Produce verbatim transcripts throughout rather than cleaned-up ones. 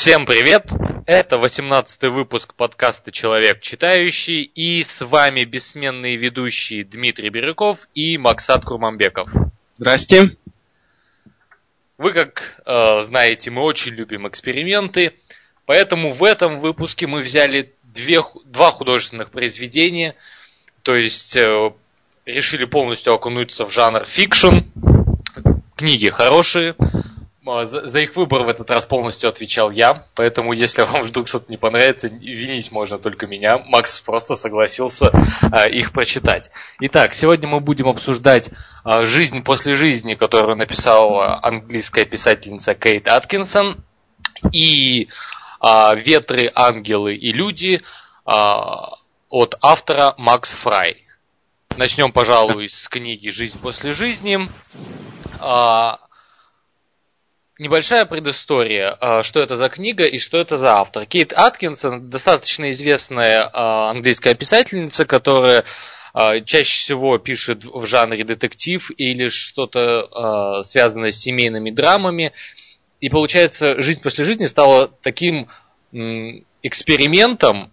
Всем привет! Это восемнадцатый выпуск подкаста «Человек читающий», и с вами бессменные ведущие Дмитрий Бирюков и Максат Курманбеков. Здрасте! Вы, как э, знаете, мы очень любим эксперименты, поэтому в этом выпуске мы взяли две, два художественных произведения, то есть э, решили полностью окунуться в жанр фикшн. Книги хорошие. За, за их выбор в этот раз полностью отвечал я, поэтому если вам вдруг что-то не понравится, винить можно только меня. Макс просто согласился а, их прочитать. Итак, сегодня мы будем обсуждать а, «Жизнь после жизни», которую написала английская писательница Кейт Аткинсон, и а, «Ветры, ангелы и люди» а, от автора Макс Фрай. Начнем, пожалуй, с книги «Жизнь после жизни». А, Небольшая предыстория, что это за книга и что это за автор. Кейт Аткинсон достаточно известная английская писательница, которая чаще всего пишет в жанре детектив или что-то связанное с семейными драмами. И получается, «Жизнь после жизни» стала таким экспериментом,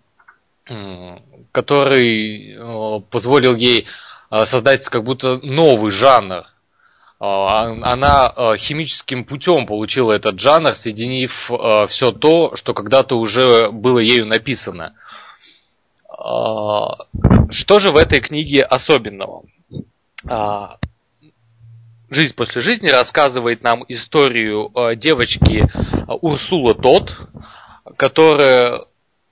который позволил ей создать как будто новый жанр. Она химическим путем получила этот жанр, соединив все то, что когда-то уже было ею написано. Что же в этой книге особенного? «Жизнь после жизни» рассказывает нам историю девочки Урсула Тодд, которая,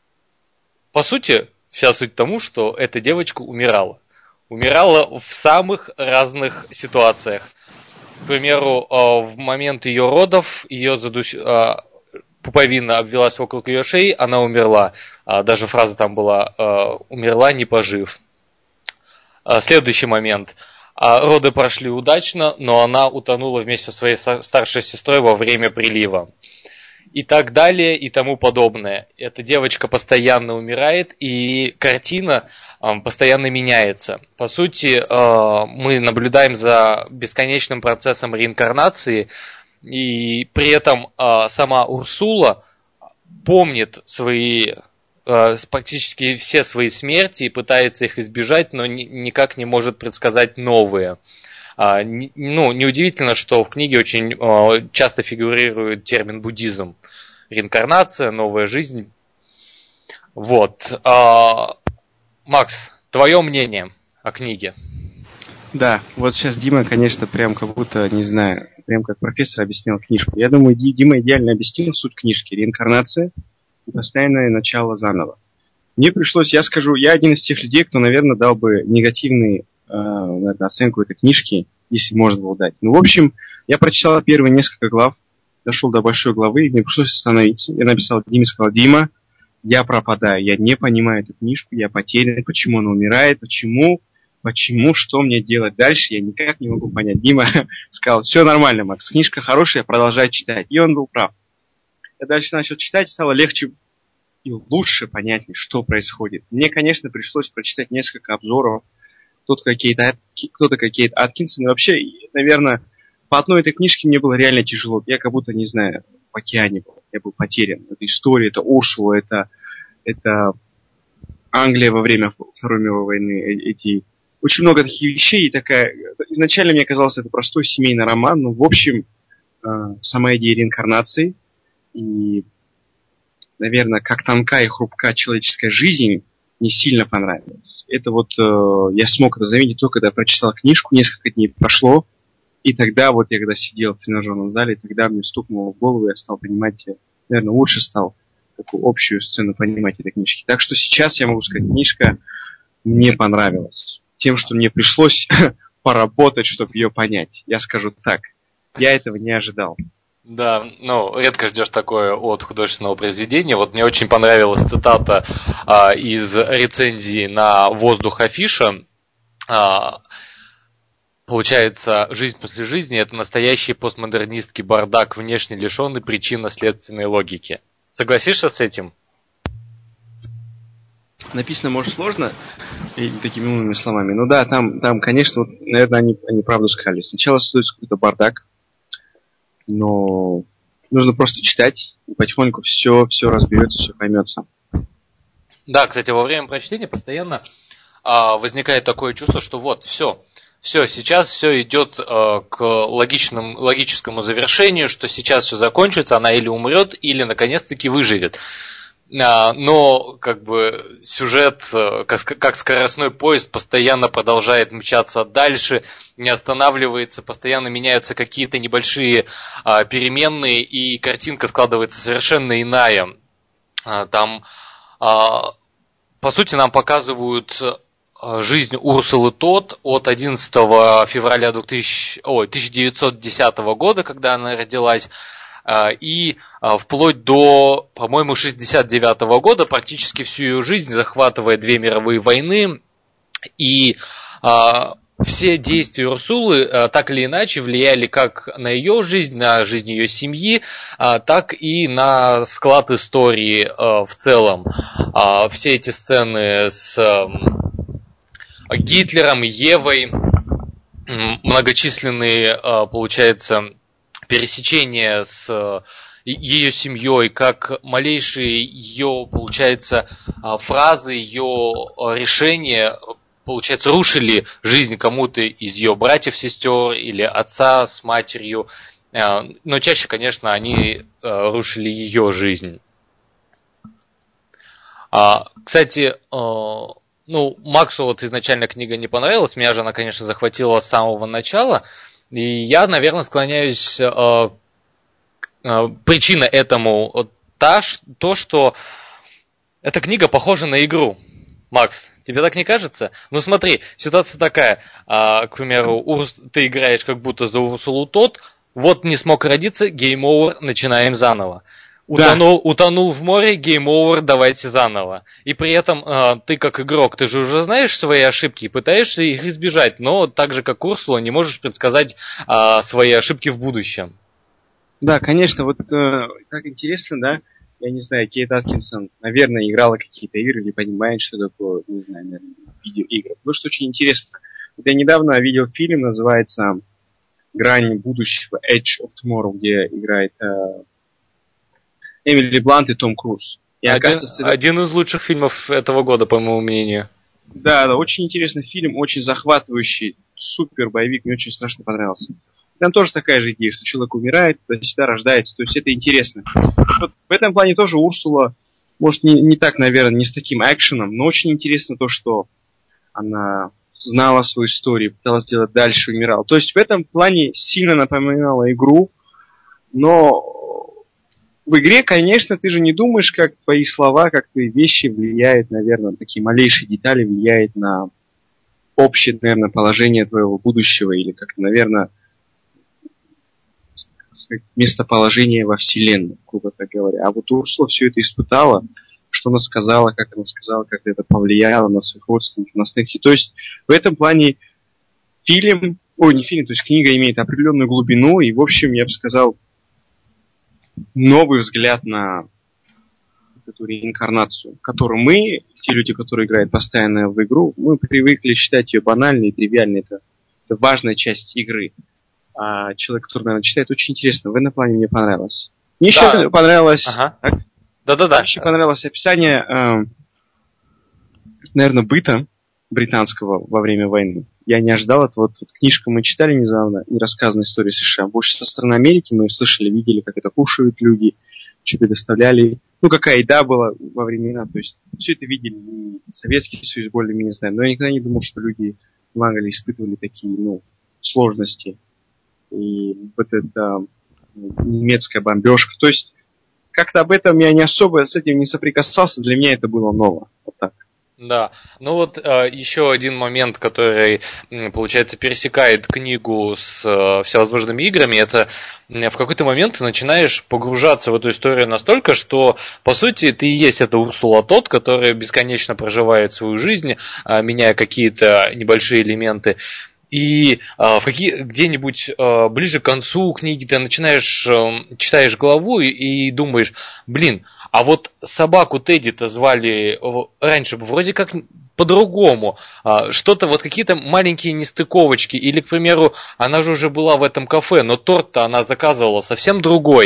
по сути, вся суть тому, что эта девочка умирала. Умирала в самых разных ситуациях. К примеру, в момент ее родов ее задуш... пуповина обвелась вокруг ее шеи, она умерла. Даже фраза там была «умерла, не пожив». Следующий момент. Роды прошли удачно, но она утонула вместе со своей старшей сестрой во время прилива. И так далее, и тому подобное. Эта девочка постоянно умирает, и картина постоянно меняется. По сути, мы наблюдаем за бесконечным процессом реинкарнации, и при этом сама Урсула помнит свои, практически все свои смерти и пытается их избежать, но никак не может предсказать новые. Ну, неудивительно, что в книге очень часто фигурирует термин буддизм. Реинкарнация, новая жизнь. Вот. Макс, твое мнение о книге? Да, вот сейчас Дима, конечно, прям как будто, не знаю, прям как профессор объяснял книжку. Я думаю, Дима идеально объяснил суть книжки. Реинкарнация и постоянное начало заново. Мне пришлось, я скажу, я один из тех людей, кто, наверное, дал бы негативный э, оценку этой книжки, если можно было дать. Ну, в общем, я прочитал первые несколько глав, дошел до большой главы, и мне пришлось остановиться. Я написал Диме, сказал: Дима, я пропадаю, я не понимаю эту книжку, я потерян, почему она умирает, почему, почему, что мне делать дальше, я никак не могу понять. Дима сказал: все нормально, Макс, книжка хорошая, продолжай читать. И он был прав. Я дальше начал читать, стало легче и лучше понять, что происходит. Мне, конечно, пришлось прочитать несколько обзоров, кто такая Кейт, кто такая Кейт Аткинсон. И вообще, наверное, по одной этой книжке мне было реально тяжело. Я как будто, не знаю, в океане был. Я был потерян. Это история, это Урсула, это, это Англия во время Второй мировой войны. Эти... Очень много таких вещей. И такая... Изначально мне казалось, это простой семейный роман. Но, в общем, сама идея реинкарнации и, наверное, как тонка и хрупка человеческая жизнь мне сильно понравилось. Это вот э, я смог это заметить только когда прочитал книжку, несколько дней прошло, и тогда вот я когда сидел в тренажерном зале, тогда мне стукнуло в голову, я стал понимать, наверное, лучше стал такую общую сцену понимать этой книжки. Так что сейчас я могу сказать, книжка мне понравилась. Тем, что мне пришлось поработать, чтобы ее понять. Я скажу так, я этого не ожидал. Да, ну, редко ждешь такое от художественного произведения. Вот мне очень понравилась цитата а, из рецензии на «Воздух» афиша. А, получается, «Жизнь после жизни» — это настоящий постмодернистский бардак, внешне лишенный причинно-следственной логики. Согласишься с этим? Написано, может, сложно, и такими умными словами. Ну да, там, там конечно, вот, наверное, они, они правду сказали. Сначала создается какой-то бардак, но Нужно просто читать, и потихоньку все, все разберется, все поймется. Да, кстати, во время прочтения постоянно а, возникает такое чувство, что вот, все, все, сейчас все идет а, к логичному, логическому завершению, что сейчас все закончится, она или умрет, или наконец-таки выживет. А, но как бы сюжет, как, как скоростной поезд, постоянно продолжает мчаться дальше, не останавливается, постоянно меняются какие-то небольшие а, переменные, и картинка складывается совершенно иная. А, там а, по сути, нам показывают жизнь Урсулы Тодд от одиннадцатого февраля двухтысячного, ой, тысяча девятьсот десятого года, когда она родилась, и вплоть до, по-моему, шестьдесят девятого года, практически всю ее жизнь, захватывая две мировые войны, и все действия Урсулы так или иначе влияли как на ее жизнь, на жизнь ее семьи, так и на склад истории в целом. Все эти сцены с Гитлером, Евой, многочисленные, получается, пересечения с ее семьей, как малейшие ее, получается, фразы, ее решения, получается, рушили жизнь кому-то из ее братьев, сестер или отца с матерью. Но чаще, конечно, они рушили ее жизнь. Кстати, ну, Максу вот изначально книга не понравилась. Меня же она, конечно, захватила с самого начала. И я, наверное, склоняюсь... Причина этому та, то, что эта книга похожа на игру. Макс, тебе так не кажется? Ну смотри, ситуация такая, а, к примеру, Урс, ты играешь как будто за Урсулу Тодд, вот не смог родиться, гейм овер, начинаем заново. Утонул, да. утонул в море, гейм овер, давайте заново. И при этом а, ты как игрок, ты же уже знаешь свои ошибки и пытаешься их избежать, но так же как Урсула не можешь предсказать а, свои ошибки в будущем. Да, конечно, вот э, так интересно, да. Я не знаю, Кейт Аткинсон, наверное, играла какие-то игры, не понимает, что такое, не знаю, наверное, видеоигры. Потому что очень интересно. Вот я недавно видел фильм, называется «Грань будущего», Edge of Tomorrow, где играет э, Эмили Блант и Том Круз. И один, один из лучших фильмов этого года, по моему мнению. Да, да, очень интересный фильм, очень захватывающий, супер боевик, мне очень страшно понравился. Там тоже такая же идея, что человек умирает, всегда рождается, то есть это интересно. Вот в этом плане тоже Урсула, может, не, не так, наверное, не с таким экшеном, но очень интересно то, что она знала свою историю, пыталась сделать дальше, умирала. То есть в этом плане сильно напоминала игру, но в игре, конечно, ты же не думаешь, как твои слова, как твои вещи влияют, наверное, такие малейшие детали влияют на общее, наверное, положение твоего будущего или как-то, наверное, местоположение во вселенной, грубо так говоря. А вот Урсула все это испытала, что она сказала, как она сказала, как это повлияло на своих родственников, на остальных. То есть в этом плане фильм, ой, не фильм, то есть книга имеет определенную глубину, и, в общем, я бы сказал, новый взгляд на эту реинкарнацию, которую мы, те люди, которые играют постоянно в игру, мы привыкли считать ее банальной и тривиальной. Это, это важная часть игры. А человек, который, наверное, читает, очень интересно. В этом плане мне понравилось. Мне да. еще понравилось... Ага. Да-да-да. Мне еще понравилось описание, э, наверное, быта британского во время войны. Я не ожидал этого. Вот, вот книжку мы читали недавно, нерассказанная история США. Больше со стороны Америки мы слышали, видели, как это кушают люди, что предоставляли. Ну, какая еда была во времена. То есть все это видели. И Советский Союз более-менее знаем. Но я никогда не думал, что люди в Англии испытывали такие, ну, сложности. И вот эта немецкая бомбежка. То есть, как-то об этом я не особо с этим не соприкасался. Для меня это было ново. Вот так. Да. Ну вот э, еще один момент, который, получается, пересекает книгу с э, всевозможными играми, это э, в какой-то момент ты начинаешь погружаться в эту историю настолько, что, по сути, ты и есть эта Урсула Тодд, которая бесконечно проживает свою жизнь, э, меняя какие-то небольшие элементы. И э, в какие, где-нибудь э, ближе к концу книги ты начинаешь, э, читаешь главу и, и думаешь, блин, а вот собаку Тедди-то звали раньше вроде как по-другому. Э, что-то, вот какие-то маленькие нестыковочки. Или, к примеру, она же уже была в этом кафе, но торт-то она заказывала совсем другой.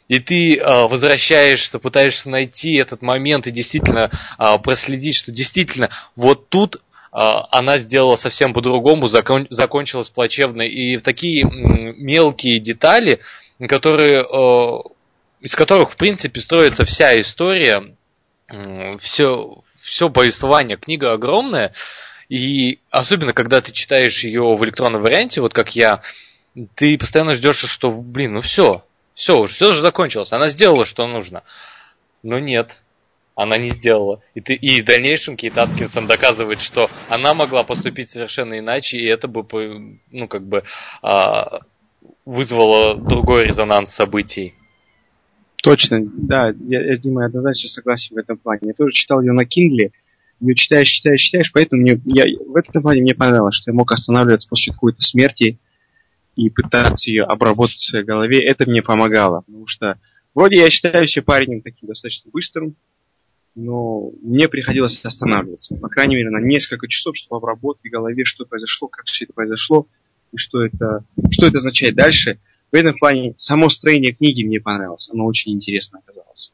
И ты э, возвращаешься, пытаешься найти этот момент и действительно э, проследить, что действительно вот тут э, она сделала совсем по-другому, закон, закончилась плачевно. И в такие м, мелкие детали, которые, э, из которых, в принципе, строится вся история, э, все, все повествование. Книга огромная, и особенно, когда ты читаешь ее в электронном варианте, вот как я, ты постоянно ждешь, что, блин, ну все. Все, уже все же закончилось. Она сделала, что нужно. Но нет, она не сделала. И, ты, и в дальнейшем Кейт Аткинсон доказывает, что она могла поступить совершенно иначе, и это бы, ну, как бы, а, вызвало другой резонанс событий. Точно, да, я, я с Димой однозначно согласен в этом плане. Я тоже читал ее на Kindle, ее читаешь, читаешь, читаешь, поэтому мне, я, в этом плане мне понравилось, что я мог останавливаться после какой-то смерти и пытаться ее обработать в своей голове. Это мне помогало, потому что вроде я считаю себя парнем таким достаточно быстрым, но мне приходилось останавливаться, по крайней мере, на несколько часов, чтобы обработать в голове, что произошло, как все это произошло, и что это, что это означает дальше. В этом плане само строение книги мне понравилось, оно очень интересно оказалось.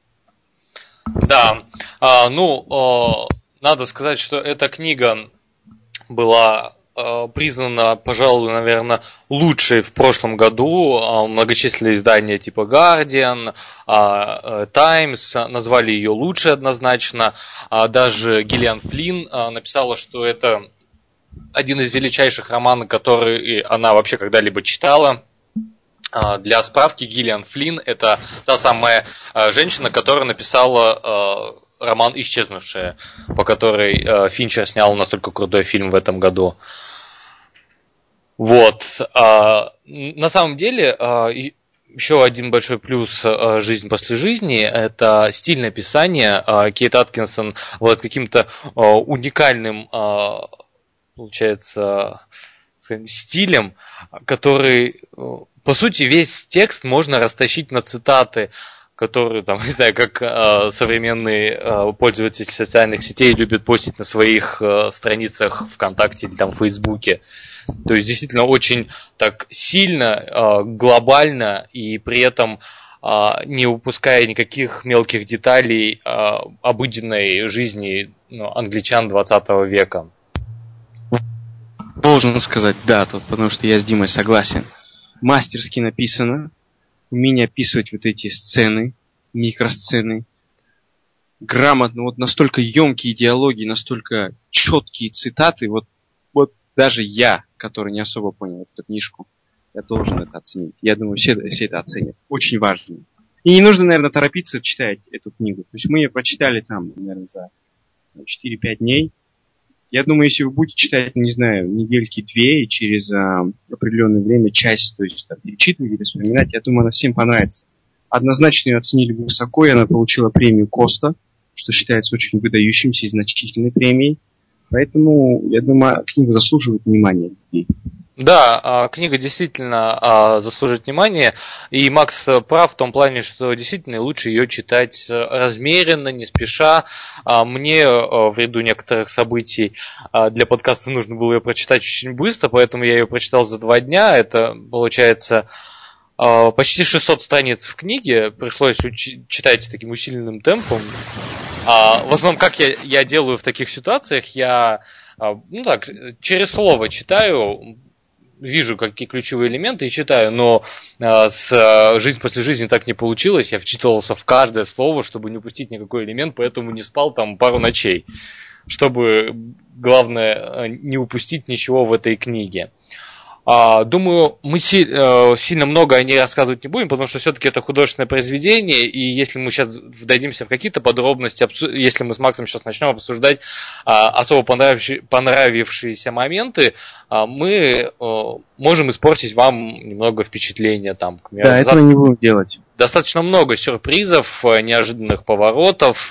Да, а, ну, а, надо сказать, что эта книга была признана, пожалуй, наверное, лучшей в прошлом году. Многочисленные издания типа Guardian, Times назвали ее лучшей однозначно. Даже Гиллиан Флинн написала, что это один из величайших романов, который она вообще когда-либо читала. Для справки, Гиллиан Флинн — это та самая женщина, которая написала роман «Исчезнувшая», по которой Финчер снял настолько крутой фильм в этом году. Вот. А, на самом деле, а, еще один большой плюс а, «Жизнь после жизни» — это стильное писание. А, Кейт Аткинсон вот каким-то а, уникальным, а, получается, стилем, который, по сути, весь текст можно растащить на цитаты, которые, там, не знаю, как э, современные э, пользователи социальных сетей любят постить на своих э, страницах ВКонтакте или там в Фейсбуке. То есть, действительно, очень так сильно, э, глобально и при этом э, не упуская никаких мелких деталей э, обыденной жизни, ну, англичан двадцатого века. Должен сказать, да, тут, потому что я с Димой согласен. Мастерски написано. Умение описывать вот эти сцены, микросцены, грамотно, вот настолько емкие диалоги, настолько четкие цитаты, вот, вот даже я, который не особо понял эту книжку, я должен это оценить. Я думаю, все, все это оценят. Очень важно. И не нужно, наверное, торопиться читать эту книгу. То есть мы ее прочитали там, наверное, за четыре-пять дней. Я думаю, если вы будете читать, не знаю, недельки-две и через а, определенное время часть, то есть там, перечитывать или вспоминать, я думаю, она всем понравится. Однозначно ее оценили высоко, и она получила премию Коста, что считается очень выдающимся и значительной премией. Поэтому, я думаю, книга заслуживает внимания людей. Да, книга действительно заслуживает внимания, и Макс прав в том плане, что действительно лучше ее читать размеренно, не спеша. Мне ввиду некоторых событий для подкаста нужно было ее прочитать очень быстро, поэтому я ее прочитал за два дня. Это получается почти шестьсот страниц в книге, пришлось учи- читать таким усиленным темпом. В основном, как я, я делаю в таких ситуациях, я ну так, через слово читаю, вижу какие ключевые элементы и читаю, но э, с э, «Жизнь после жизни» так не получилось, я вчитывался в каждое слово, чтобы не упустить никакой элемент, поэтому не спал там пару ночей, чтобы, главное, не упустить ничего в этой книге. А, думаю, мы си- э, сильно много о ней рассказывать не будем, потому что все-таки это художественное произведение, и если мы сейчас вдадимся в какие-то подробности, обсу- если мы с Максом сейчас начнем обсуждать а, особо понравившие, понравившиеся моменты, а, мы а, можем испортить вам немного впечатления. Там, к примеру, да, этого за... не будем делать. Достаточно много сюрпризов, неожиданных поворотов,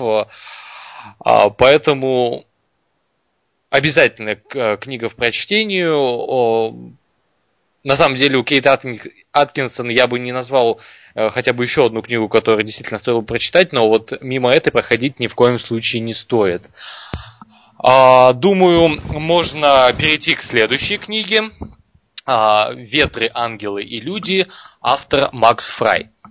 а, поэтому обязательно книга в прочтению. На самом деле у Кейт Аткинсон я бы не назвал э, хотя бы еще одну книгу, которую действительно стоило прочитать, но вот мимо этой проходить ни в коем случае не стоит. А, думаю, можно перейти к следующей книге. А, «Ветры, ангелы и люди», автор Макс Фрай.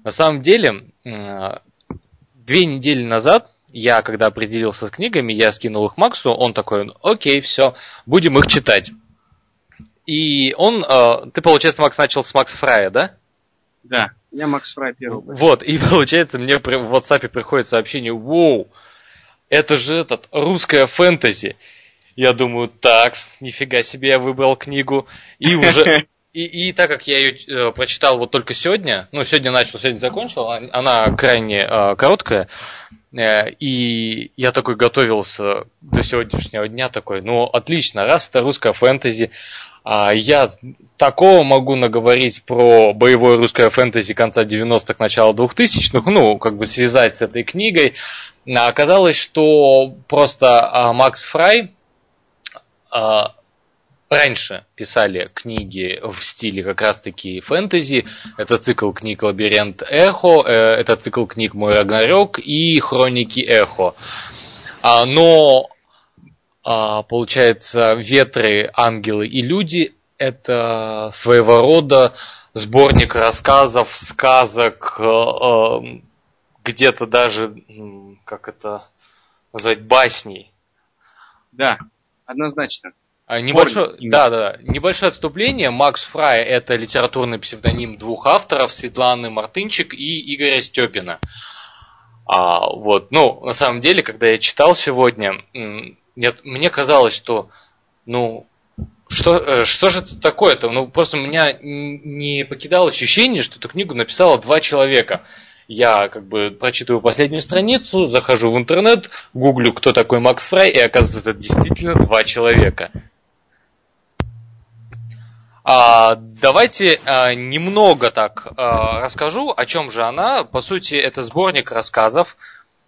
На самом деле, две недели назад я, когда определился с книгами, я скинул их Максу, он такой, окей, все, будем их читать. И он, ты, получается, Макс, начал с Макс Фрая, да? Да, я Макс Фрай первый. Вот, и получается, мне в WhatsApp приходит сообщение, воу, это же этот, русская фэнтези. Я думаю, так, нифига себе, я выбрал книгу. И уже, и, и так как я ее э, прочитал вот только сегодня, ну, сегодня начал, сегодня закончил, она крайне э, короткая, э, и я такой готовился до сегодняшнего дня, такой, ну, отлично, раз это русская фэнтези, а я такого могу наговорить про боевое русское фэнтези конца девяностых, начала двухтысячных, ну, как бы связать с этой книгой. А оказалось, что просто а, Макс Фрай а, раньше писали книги в стиле как раз-таки фэнтези. Это цикл книг «Лабиринт Эхо», э, это цикл книг «Мой Рагнарёк» и «Хроники Эхо». А, но... Получается, «Ветры, ангелы и люди» — это своего рода сборник рассказов, сказок, где-то даже, как это назвать, басней. Да, однозначно. Небольшое, да, да, небольшое отступление. Макс Фрай — это литературный псевдоним двух авторов, Светланы Мартынчик и Игоря Степина. А, вот, ну, на самом деле, когда я читал сегодня... Нет, мне казалось, что, ну, что, что же это такое-то? Ну, просто меня не покидало ощущение, что эту книгу написало два человека. Я, как бы, прочитываю последнюю страницу, захожу в интернет, гуглю, кто такой Макс Фрай, и оказывается, это действительно два человека. А, давайте а, немного так а, расскажу, о чем же она. По сути, это сборник рассказов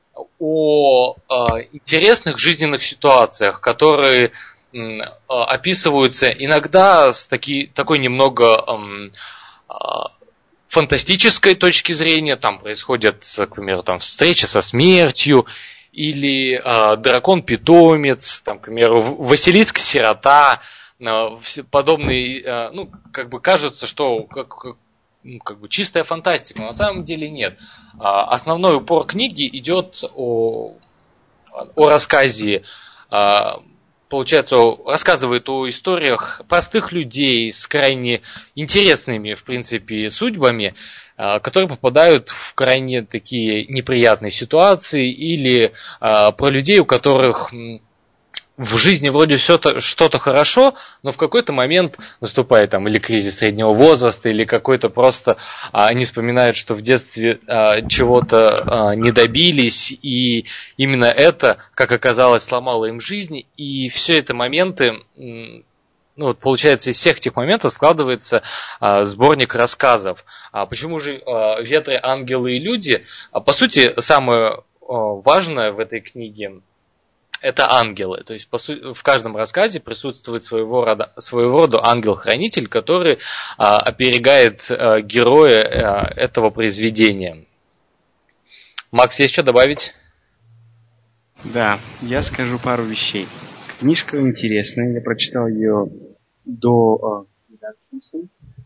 о э, интересных жизненных ситуациях, которые э, описываются иногда с таки, такой немного э, э, фантастической точки зрения. Там происходит, к примеру, там, встреча со смертью, или э, дракон-питомец, там, к примеру, Василиск-сирота, э, подобные, э, ну, как бы кажется, что как, ну, как бы чистая фантастика, но на самом деле нет. А, основной упор книги идет о, о рассказе, а, получается, рассказывает о историях простых людей с крайне интересными, в принципе, судьбами, а, которые попадают в крайне такие неприятные ситуации, или а, про людей, у которых в жизни вроде все что-то хорошо, но в какой-то момент наступает там или кризис среднего возраста, или какой-то просто а, они вспоминают, что в детстве а, чего-то а, не добились, и именно это, как оказалось, сломало им жизнь, и все это моменты, ну вот получается, из всех этих моментов складывается а, сборник рассказов. А почему же а, «Ветры, ангелы и люди»? А, по сути, самое а, важное в этой книге — это ангелы. То есть по су- в каждом рассказе присутствует своего рода, своего рода ангел-хранитель, который а, оберегает а, героя а, этого произведения. Макс, есть что добавить? Да, я скажу пару вещей. Книжка интересная, я прочитал ее до... Uh,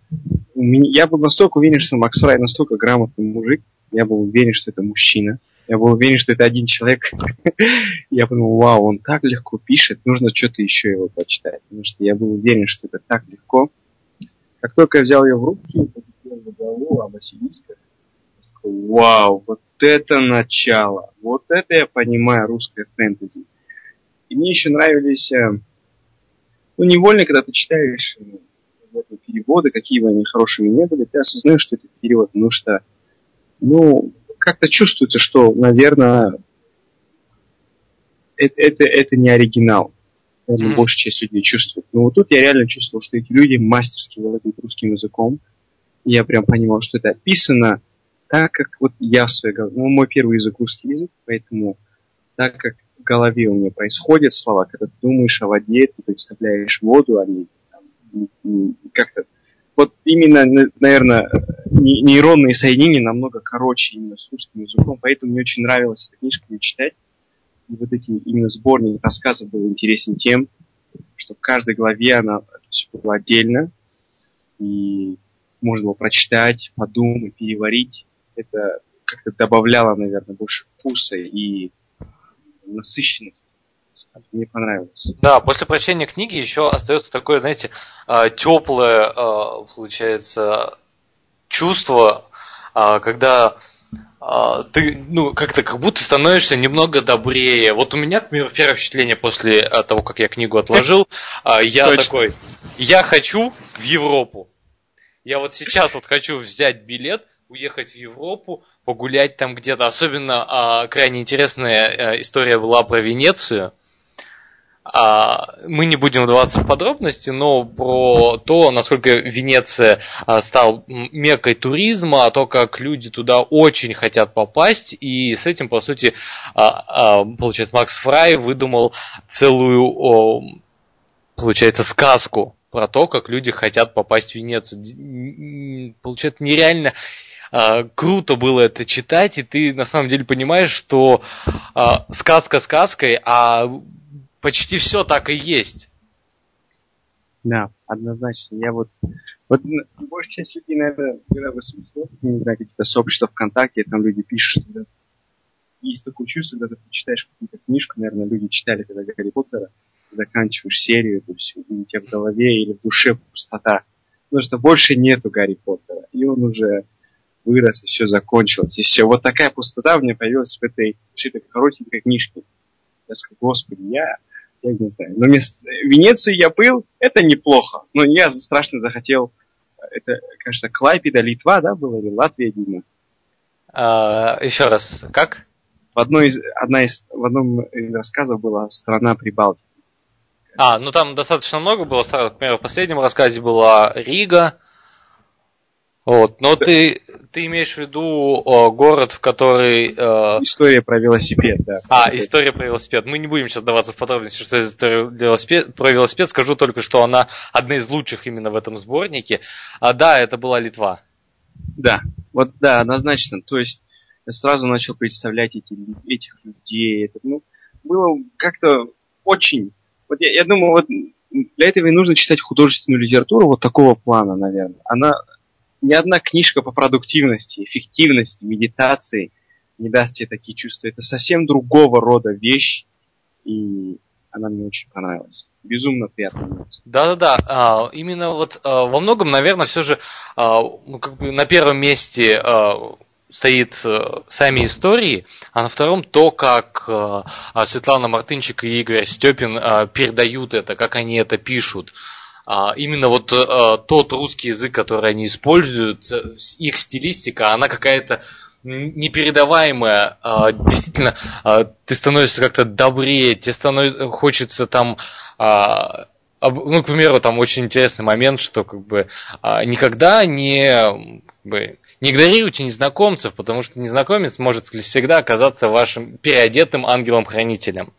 я был настолько уверен, что Макс Фрай настолько грамотный мужик, я был уверен, что это мужчина. Я был уверен, что это один человек. Я подумал, вау, он так легко пишет, нужно что-то еще его почитать. Потому что я был уверен, что это так легко. Как только я взял ее в руки, я заговорил о Василисках. Я сказал, вау, вот это начало. Вот это я понимаю русское фэнтези. И мне еще нравились... Ну, невольно, когда ты читаешь переводы, какие бы они хорошими не были, ты осознаешь, что это перевод. Потому что, ну... как-то чувствуется, что, наверное, это, это, это не оригинал. Наверное, mm-hmm. большая часть людей чувствует. Но вот тут я реально чувствовал, что эти люди мастерски владеют русским языком. И я прям понимал, что это описано так, как вот я в своей голове... Ну, мой первый язык русский язык, поэтому так, как в голове у меня происходят слова, когда ты думаешь о воде, ты представляешь воду, а не там, как-то... Вот именно, наверное, нейронные соединения намного короче именно с русским языком, поэтому мне очень нравилась эта книжка мне читать. И вот эти именно сборник рассказов был интересен тем, что в каждой главе она все было отдельно, и можно было прочитать, подумать, переварить. это как-то добавляло, наверное, больше вкуса и насыщенности. Мне понравилось. Да, после прочтения книги еще остается такое, знаете, теплое, получается, чувство, когда ты, ну, как-то как будто становишься немного добрее. Вот у меня, к примеру, первое впечатление после того, как я книгу отложил, я Точно. такой, я хочу в Европу. Я вот сейчас вот хочу взять билет, уехать в Европу, погулять там где-то. Особенно а, крайне интересная а, история была про Венецию. А, мы не будем вдаваться в подробности, но про то, насколько Венеция а, стал меккой туризма, а то, как люди туда очень хотят попасть. И с этим, по сути, а, а, получается, Макс Фрай выдумал целую, о, получается, сказку про то, как люди хотят попасть в Венецию. Получается, нереально э, круто было это читать, и ты на самом деле понимаешь, что э, сказка сказкой, а почти все так и есть. Да, однозначно. Я вот, вот большая часть людей, наверное, когда вы слушаете, не знаю, какие-то сообщества ВКонтакте, там люди пишут, что да, есть такое чувство, когда ты читаешь какую-то книжку, наверное, люди читали когда Гарри Поттера, заканчиваешь серию, это все, и у тебя в голове или в душе пустота. Потому что больше нету Гарри Поттера. И он уже вырос, и все закончилось. И все. Вот такая пустота у меня появилась в этой, в этой коротенькой книжке. Я сказал, господи, я, я не знаю. Но вместо Венецию я был, это неплохо. Но я страшно захотел, это, кажется, Клайпеда, Литва, да, было, или Латвия, Дима? А, еще раз, как? В, одной из, одна из, в одном из рассказов была страна Прибалтики. А, ну там достаточно много было. Например, в последнем рассказе была Рига. Вот, но да. ты, ты имеешь в виду о, город, в который... Э... История про велосипед, да. А, история про велосипед. Мы не будем сейчас даваться в подробности, что это история велосипед, про велосипед. Скажу только, что она одна из лучших именно в этом сборнике. А да, это была Литва. Да, вот да, однозначно. То есть я сразу начал представлять эти, этих людей. Это, ну, было как-то очень... Вот я, я думаю, вот для этого и нужно читать художественную литературу вот такого плана, наверное. Она, ни одна книжка по продуктивности, эффективности, медитации не даст тебе такие чувства. Это совсем другого рода вещь, и она мне очень понравилась. Безумно приятно. Да-да-да, а, именно вот а, во многом, наверное, все же а, ну, как бы на первом месте а, стоит а, сами истории, а на втором то, как а, Светлана Мартынчик и Игорь Степин а, передают это, как они это пишут. А, именно вот а, тот русский язык, который они используют, их стилистика, она какая-то непередаваемая. А, действительно, а, ты становишься как-то добрее, тебе становится, хочется там... А, ну, к примеру, там очень интересный момент, что как бы а, никогда не... Как бы, не игнорируйте незнакомцев, потому что незнакомец может всегда оказаться вашим переодетым ангелом-хранителем.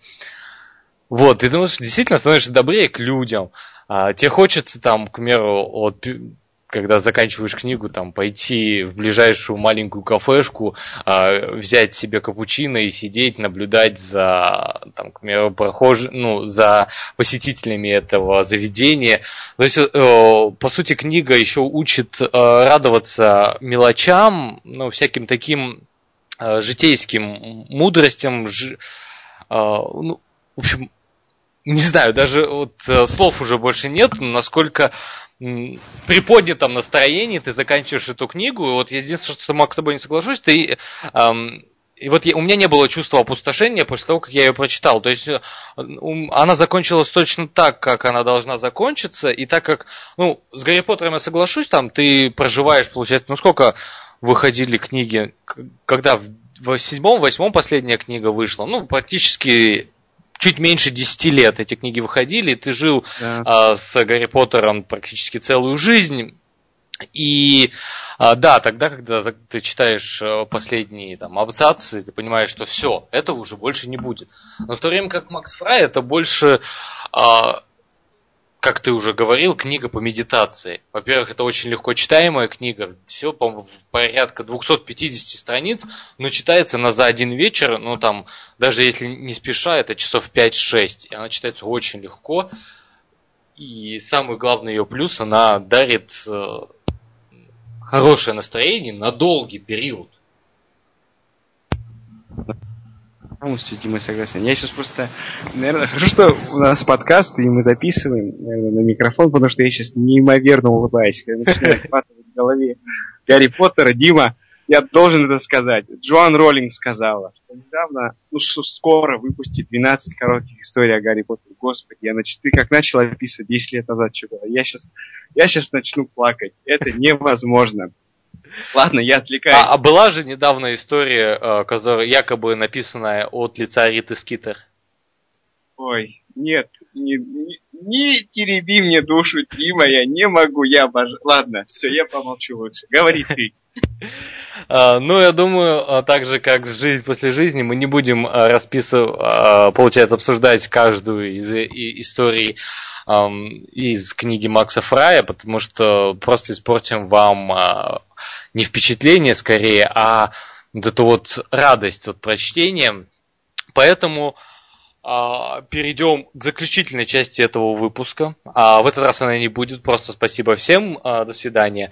Вот, и ты действительно становишься добрее к людям. А, тебе хочется там, к примеру, вот, когда заканчиваешь книгу, там, пойти в ближайшую маленькую кафешку, а, взять себе капучино и сидеть, наблюдать за, там, к примеру, прохожими, ну, за посетителями этого заведения. То есть, э, по сути, книга еще учит э, радоваться мелочам, ну, всяким таким э, житейским мудростям, ж, э, ну, в общем, не знаю, даже вот э, слов уже больше нет, насколько при поднятом настроении ты заканчиваешь эту книгу, и вот единственное, что сама с тобой не соглашусь, ты, эм, и вот я, у меня не было чувства опустошения после того, как я ее прочитал, то есть um, она закончилась точно так, как она должна закончиться, и так как, ну, с Гарри Поттером я соглашусь, там ты проживаешь, получается, ну сколько выходили книги, когда в, в седьмом, восьмом последняя книга вышла, ну, практически... Чуть меньше десяти лет эти книги выходили, и ты жил да. а, с Гарри Поттером практически целую жизнь. И а, да, тогда, когда ты читаешь последние там, абзацы, ты понимаешь, что все, этого уже больше не будет. Но в то время как Макс Фрай, это больше, а, как ты уже говорил, книга по медитации. Во-первых, это очень легко читаемая книга, всего, по-моему, порядка двести пятьдесят страниц, но читается она за один вечер, ну там, даже если не спеша, это часов пять-шесть, и она читается очень легко, и самый главный ее плюс, она дарит э, хорошее настроение на долгий период. Полностью с Димой согласен. Я сейчас просто, наверное, хорошо, что у нас подкаст, и мы записываем, наверное, на микрофон, потому что я сейчас неимоверно улыбаюсь, когда начинаю отхватывать в голове Гарри Поттера. Дима, я должен это сказать. Джоан Роллинг сказала, что недавно, ну что скоро выпустит двенадцать коротких историй о Гарри Поттере. Господи, я нач... ты как начал описывать десять лет назад, что было. Я сейчас, я сейчас начну плакать. Это невозможно. Ладно, я отвлекаюсь. А, а была же недавно история, которая якобы написанная от лица Риты Скитер. Ой, нет, не, не, не тереби мне душу, Дима, я не могу, я обожаю. Ладно, все, я помолчу лучше. Говори ты. Ну, я думаю, так же, как с «Жизнь после жизни», мы не будем расписывать, получается, обсуждать каждую из историй из книги Макса Фрая, потому что просто испортим вам не впечатление скорее, а вот эту вот радость от прочтения. Поэтому перейдем к заключительной части этого выпуска. В этот раз она не будет, просто спасибо всем, до свидания.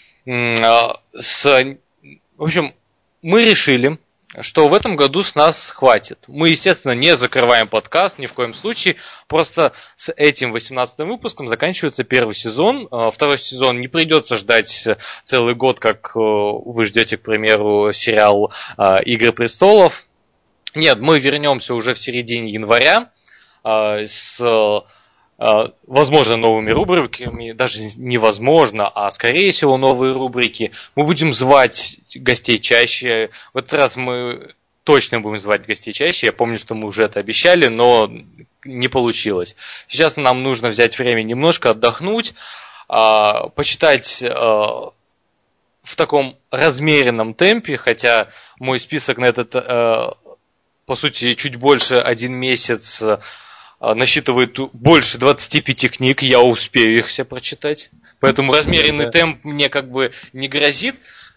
С, в общем, мы решили, что в этом году с нас хватит. Мы, естественно, не закрываем подкаст ни в коем случае. Просто с этим восемнадцатым выпуском заканчивается первый сезон. Второй сезон не придется ждать целый год, как вы ждете, к примеру, сериал «Игры престолов». Нет, мы вернемся уже в середине января с, возможно, новыми рубриками. Даже невозможно, а скорее всего новые рубрики. Мы будем звать гостей чаще. В этот раз мы точно будем звать гостей чаще. Я помню, что мы уже это обещали, но не получилось. Сейчас нам нужно взять время немножко отдохнуть, почитать в таком размеренном темпе, хотя мой список на этот, по сути, чуть больше один месяц насчитывает больше двадцати пяти книг, я успею их все прочитать. Поэтому размеренный темп мне как бы не грозит.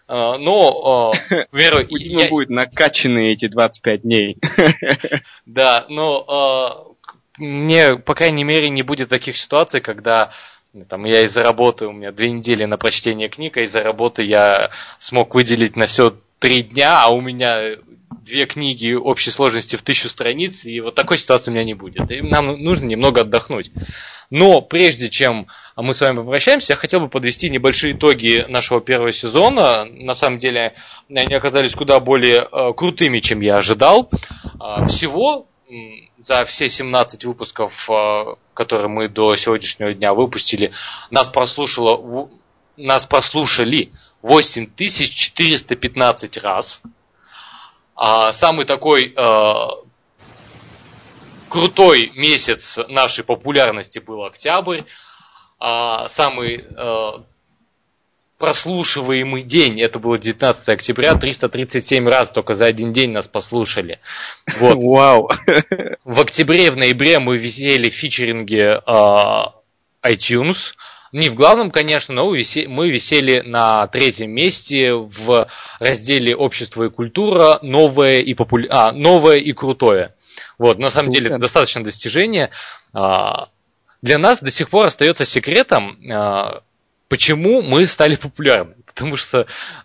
Но, к примеру, я... будет накачанные эти двадцать пять дней. Да, но мне, по крайней мере, не будет таких ситуаций, когда там, я из-за работы, у меня две недели на прочтение книг, а из-за работы я смог выделить на все три дня, а у меня две книги общей сложности в тысячу страниц, и вот такой ситуации у меня не будет. И нам нужно немного отдохнуть. Но прежде чем мы с вами попрощаемся, я хотел бы подвести небольшие итоги нашего первого сезона. На самом деле, они оказались куда более крутыми, чем я ожидал. Всего за все семнадцать выпусков, которые мы до сегодняшнего дня выпустили, нас прослушало, нас прослушали восемь тысяч четыреста пятнадцать раз. А самый такой э, крутой месяц нашей популярности был октябрь. А самый э, прослушиваемый день, это было девятнадцатого октября, триста тридцать семь раз только за один день нас послушали. Вот. Вау! В октябре и в ноябре мы висели в фичеринге э, iTunes. Не в главном, конечно, но мы висели на третьем месте в разделе «Общество и культура», «Новое и, популя... а, новое и крутое». Вот, на самом деле, это достаточное достижение. Для нас до сих пор остается секретом, почему мы стали популярны. Потому что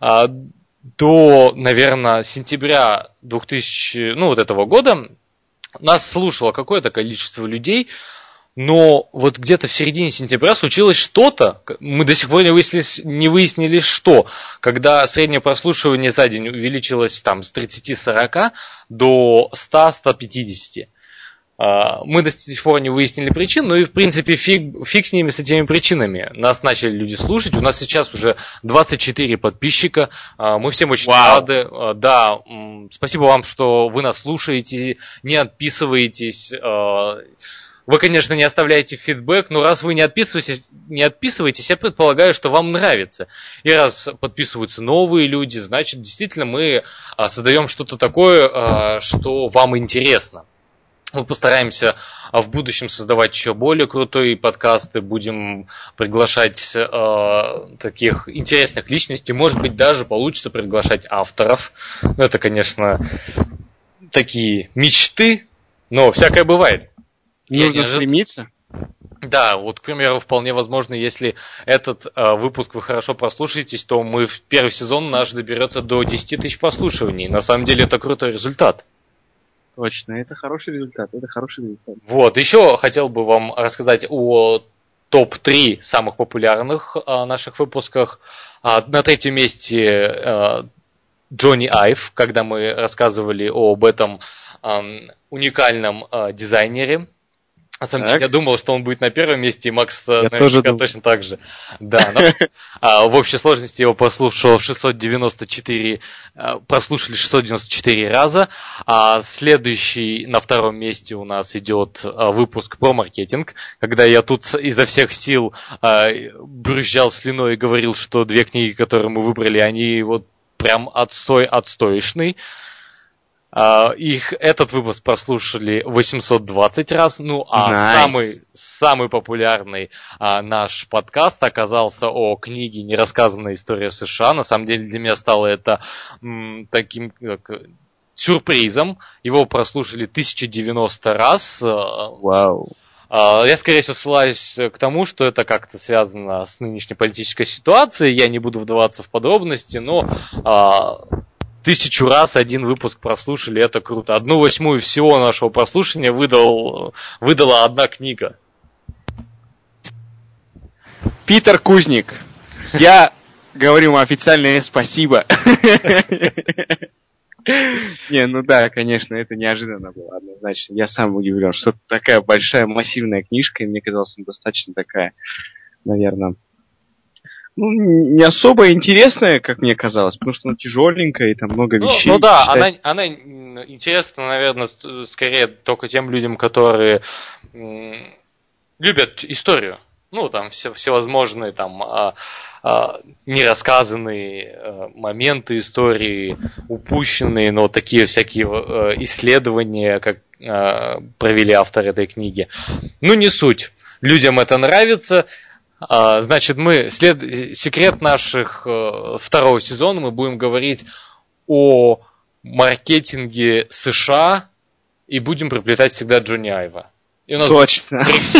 до, наверное, сентября двухтысячного, ну, вот этого года нас слушало какое-то количество людей. Но вот где-то в середине сентября случилось что-то, мы до сих пор не выяснили, не выяснили что, когда среднее прослушивание за день увеличилось там с тридцати-сорока до ста-ста пятидесяти. Мы до сих пор не выяснили причин, но и в принципе фиг, фиг с ними, с этими причинами. Нас начали люди слушать, у нас сейчас уже двадцать четыре подписчика, мы всем очень Вау. рады. Да, спасибо вам, что вы нас слушаете, не отписываетесь. Вы, конечно, не оставляете фидбэк, но раз вы не отписываетесь, не отписываетесь, я предполагаю, что вам нравится. И раз подписываются новые люди, значит, действительно мы создаем что-то такое, что вам интересно. Мы постараемся в будущем создавать еще более крутые подкасты, будем приглашать э, таких интересных личностей, может быть, даже получится приглашать авторов. Ну, это, конечно, такие мечты, но всякое бывает. Нужно ожид... стремиться. Да, вот, к примеру, вполне возможно, если этот э, выпуск вы хорошо прослушаетесь, то мы в первый сезон наш доберется до десяти тысяч прослушиваний. На самом деле это крутой результат. Точно, это хороший результат, это хороший результат. Вот, еще хотел бы вам рассказать о топ три самых популярных а, наших выпусках. А, на третьем месте а, Джонни Айв, когда мы рассказывали об этом а, уникальном а, дизайнере. На самом деле, я думал, что он будет на первом месте, и Макс наверняка точно так же. Да, но, а, в общей сложности его прослушал шестьсот девяносто четыре, а, прослушали шестьсот девяносто четыре раза. А следующий на втором месте у нас идет а, выпуск про маркетинг, когда я тут изо всех сил а, брызжал слюной и говорил, что две книги, которые мы выбрали, они вот прям отстой отстоишный. Uh, их этот выпуск прослушали восемьсот двадцать раз, ну а nice. самый, самый популярный uh, наш подкаст оказался о книге «Нерассказанная история США». На самом деле для меня стало это м, таким как, сюрпризом. Его прослушали тысяча девяносто раз. Вау. Wow. Uh, я, скорее всего, ссылаюсь к тому, что это как-то связано с нынешней политической ситуацией. Я не буду вдаваться в подробности, но... Uh, Тысячу раз один выпуск прослушали, это круто. Одну восьмую всего нашего прослушивания выдал, выдала одна книга. Питер Кузник, я говорю ему официальное спасибо. Не, ну да, конечно, это неожиданно было, однозначно. Я сам удивлен, что такая большая, массивная книжка, и мне казалось, она достаточно такая, наверное... Ну, не особо интересная, как мне казалось, потому что она тяжеленькая, и там много вещей. Ну, ну да, она, она интересна, наверное, скорее только тем людям, которые м, любят историю. Ну, там все, всевозможные там а, а, нерассказанные а, моменты истории, упущенные, но такие всякие а, исследования, как а, провели авторы этой книги. Ну, не суть. Людям это нравится. А, значит, мы след... секрет наших э, второго сезона мы будем говорить о маркетинге США и будем приплетать всегда Джонни Айва. И у нас точно.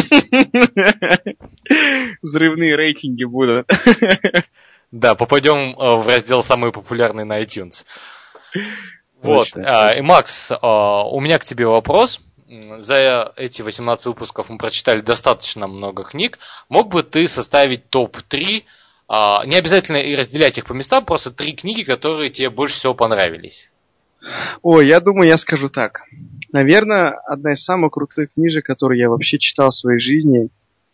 Взрывные рейтинги будут. Да, попадем в раздел «Самые популярные» на iTunes. Вот. И, Макс, у меня к тебе вопрос. За эти восемнадцать выпусков мы прочитали достаточно много книг. Мог бы ты составить топ три, не обязательно и разделять их по местам, просто три книги, которые тебе больше всего понравились? Ой, я думаю, я скажу так. Наверное, одна из самых крутых книжек, которые я вообще читал в своей жизни,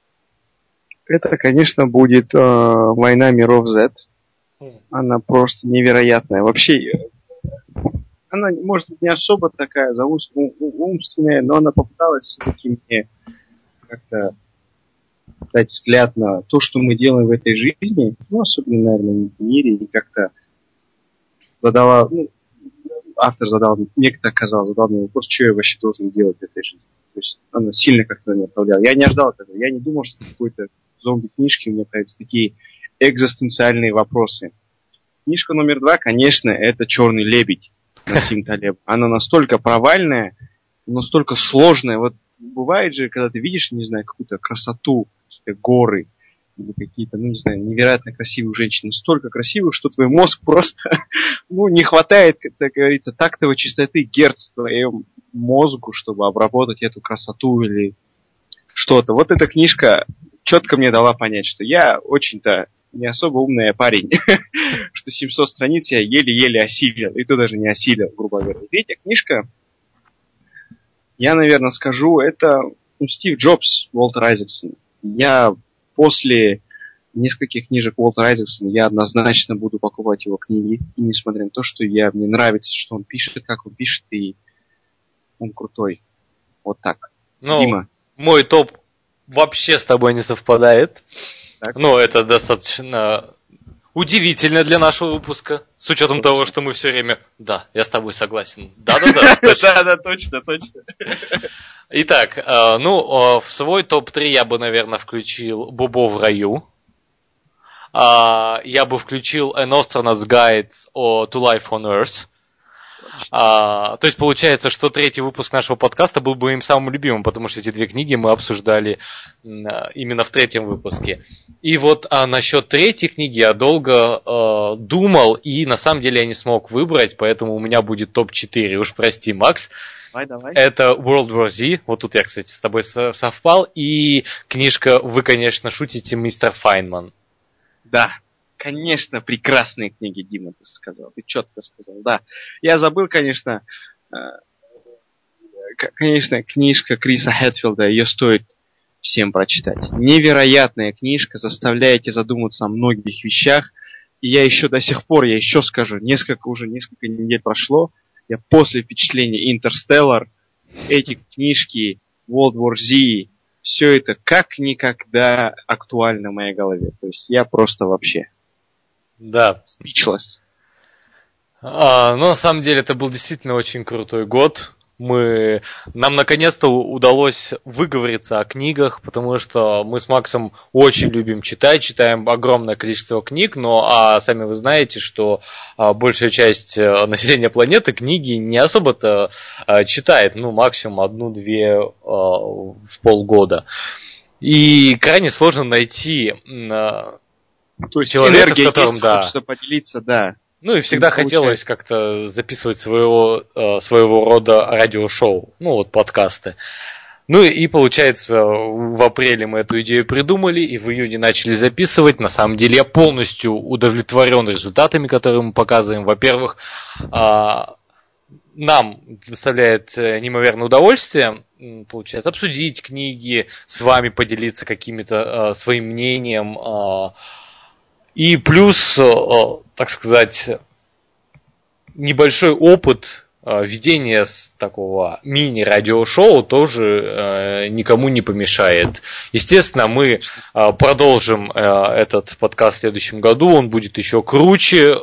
это, конечно, будет э, «Война миров Z». Она просто невероятная. Вообще... Она, может быть, не особо такая умственная, но она попыталась все-таки мне как-то дать взгляд на то, что мы делаем в этой жизни, ну, особенно, наверное, в мире, и как-то задала, ну, автор задал, мне как-то казалось, задал мне вопрос, что я вообще должен делать в этой жизни. То есть она сильно как-то меня отправляла. Я не ожидал этого, я не думал, что в какой-то зомби-книжке у меня появятся такие экзистенциальные вопросы. Книжка номер два, конечно, это «Черный лебедь». Насим Талеб. Она настолько провальная, настолько сложная. Вот бывает же, когда ты видишь, не знаю, какую-то красоту, какие-то горы, или какие-то, ну, не знаю, невероятно красивых женщин, настолько красивых, что твой мозг просто, ну, не хватает, как говорится, тактовой чистоты герц твоему мозгу, чтобы обработать эту красоту или что-то. Вот эта книжка четко мне дала понять, что я очень-то не особо умный парень, что семьсот страниц я еле-еле осилил, и то даже не осилил, грубо говоря. И третья книжка, я, наверное, скажу, это ну, Стив Джобс, Уолтер Айзексон. Я после нескольких книжек Уолтера Айзексона, я однозначно буду покупать его книги, и несмотря на то, что я, мне нравится, что он пишет, как он пишет, и он крутой. Вот так. Ну, Дима. Мой топ вообще с тобой не совпадает. Так. Ну, это достаточно удивительно для нашего выпуска, с учетом точно. Того, что мы все время... Да, я с тобой согласен. Да-да-да, точно. Да-да, точно, точно. Итак, ну, в свой топ три я бы, наверное, включил «Бобо в раю». Я бы включил «An Astronaut's Guide to Life on Earth». А, то есть получается, что третий выпуск нашего подкаста был бы моим самым любимым, потому что эти две книги мы обсуждали а, именно в третьем выпуске. И вот а, насчет третьей книги я долго а, думал, и на самом деле я не смог выбрать, поэтому у меня будет топ четыре. Уж прости, Макс, Давай, давай. Это World War Z. Вот тут я, кстати, с тобой совпал. И книжка «Вы, конечно, шутите, мистер Файнман». Да, конечно, прекрасные книги, Дима, ты сказал. Ты четко сказал, да. Я забыл, конечно, конечно, книжка Криса Хэтфилда, ее стоит всем прочитать. Невероятная книжка, заставляет тебя задуматься о многих вещах. И я еще до сих пор, я еще скажу, несколько, уже несколько недель прошло, я после впечатления Интерстеллар, эти книжки, World War Z, все это как никогда актуально в моей голове. То есть я просто вообще... Да. Speechless. А, ну, на самом деле, это был действительно очень крутой год. Мы, нам наконец-то удалось выговориться о книгах, потому что мы с Максом очень любим читать, читаем огромное количество книг, но а сами вы знаете, что а, большая часть населения планеты книги не особо-то а, читает, ну максимум одну-две а, в полгода. И крайне сложно найти а, То есть человека, с которым, есть, да, хочется поделиться, да. ну и всегда хотелось как-то записывать своего, своего рода радиошоу, ну вот подкасты. Ну и получается, в апреле мы эту идею придумали и в июне начали записывать. На самом деле я полностью удовлетворен результатами, которые мы показываем. Во-первых, нам доставляет неимоверное удовольствие, получается, обсудить книги, с вами поделиться каким-то своим мнением. И плюс, так сказать, небольшой опыт ведения такого мини-радиошоу тоже никому не помешает. Естественно, мы продолжим этот подкаст в следующем году, он будет еще круче.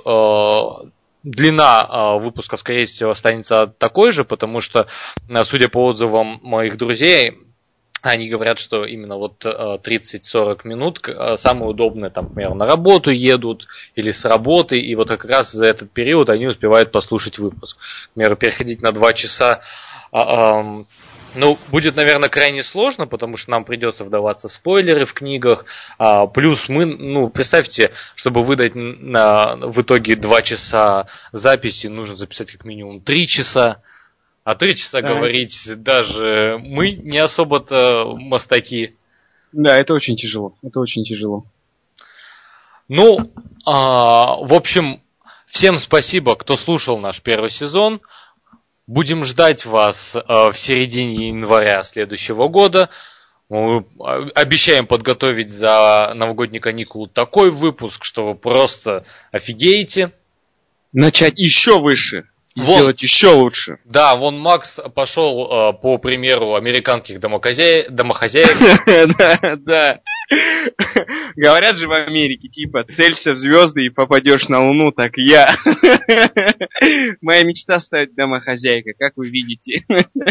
Длина выпуска, скорее всего, останется такой же, потому что, судя по отзывам моих друзей, они говорят, что именно вот тридцать-сорок минут самое удобное, там, например, на работу едут или с работы, и вот как раз за этот период они успевают послушать выпуск. Например, переходить на два часа, ну, будет, наверное, крайне сложно, потому что нам придется вдаваться в спойлеры в книгах, плюс мы, ну, представьте, чтобы выдать на, в итоге два часа записи, нужно записать как минимум три часа. А три часа да. Говорить даже мы не особо-то мастаки. Да, это очень тяжело. Это очень тяжело. Ну, а, в общем, всем спасибо, кто слушал наш первый сезон. Будем ждать вас а, в середине января следующего года. Мы обещаем подготовить за новогодние каникулы такой выпуск, что вы просто офигеете. Начать еще выше. И вон, сделать еще лучше. Да, вон Макс пошел э, по примеру американских домохозяек. домохозяек. Да, да. Говорят же в Америке, типа, целься в звезды и попадешь на Луну, так и я. Моя мечта стать домохозяйкой, как вы видите.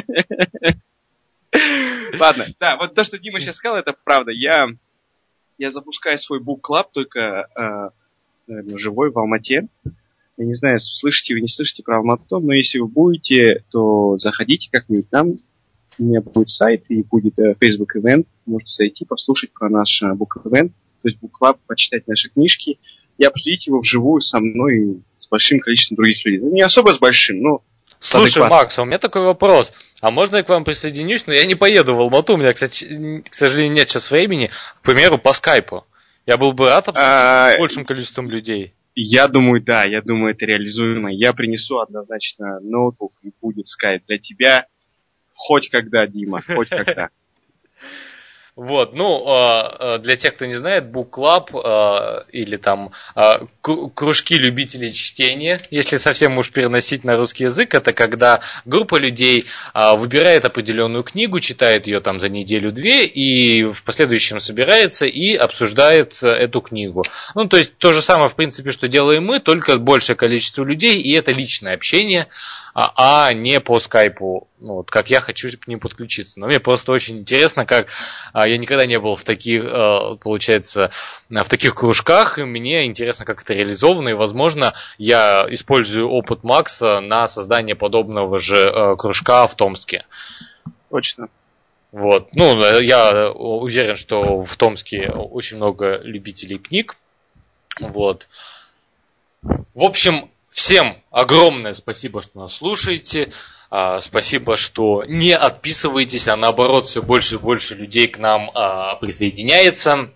Ладно, да, вот то, что Дима сейчас сказал, это правда. Я, я запускаю свой бук-клаб, только, э, наверное, живой в Алмате. Я не знаю, слышите вы, не слышите про Алмату, но если вы будете, то заходите как-нибудь там. У меня будет сайт и будет э, Facebook event. Можете зайти, послушать про наш э, book event, то есть book club, почитать наши книжки и обсудить его вживую со мной и с большим количеством других людей. Ну, не особо с большим, но... Слушай, Макс, а у меня такой вопрос. А можно я к вам присоединюсь? Но я не поеду в Алмату, у меня, кстати, к сожалению, нет сейчас времени. К примеру, по скайпу. Я был бы рад обсудить с большим количеством людей. Я думаю, да, я думаю, это реализуемо. Я принесу однозначно ноутбук, и будет скайп для тебя хоть когда, Дима, хоть когда. Вот, ну, для тех, кто не знает, Book Club или там кружки любителей чтения, если совсем уж переносить на русский язык, это когда группа людей выбирает определенную книгу, читает ее там за неделю-две и в последующем собирается и обсуждает эту книгу. Ну, то есть то же самое, в принципе, что делаем мы, только большее количество людей, и это личное общение, а не по скайпу, ну, вот как я хочу к ним подключиться. Но мне просто очень интересно, как я никогда не был в таких, получается, в таких кружках, и мне интересно, как это реализовано, и, возможно, я использую опыт Макса на создание подобного же кружка в Томске. Точно. Вот. Ну, я уверен, что в Томске очень много любителей книг. Вот. В общем, Всем огромное спасибо, что нас слушаете. Спасибо, что не отписываетесь, а наоборот, все больше и больше людей к нам присоединяется.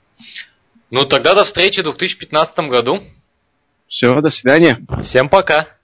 Ну, тогда до встречи в две тысячи пятнадцатом году. Все, до свидания. Всем пока.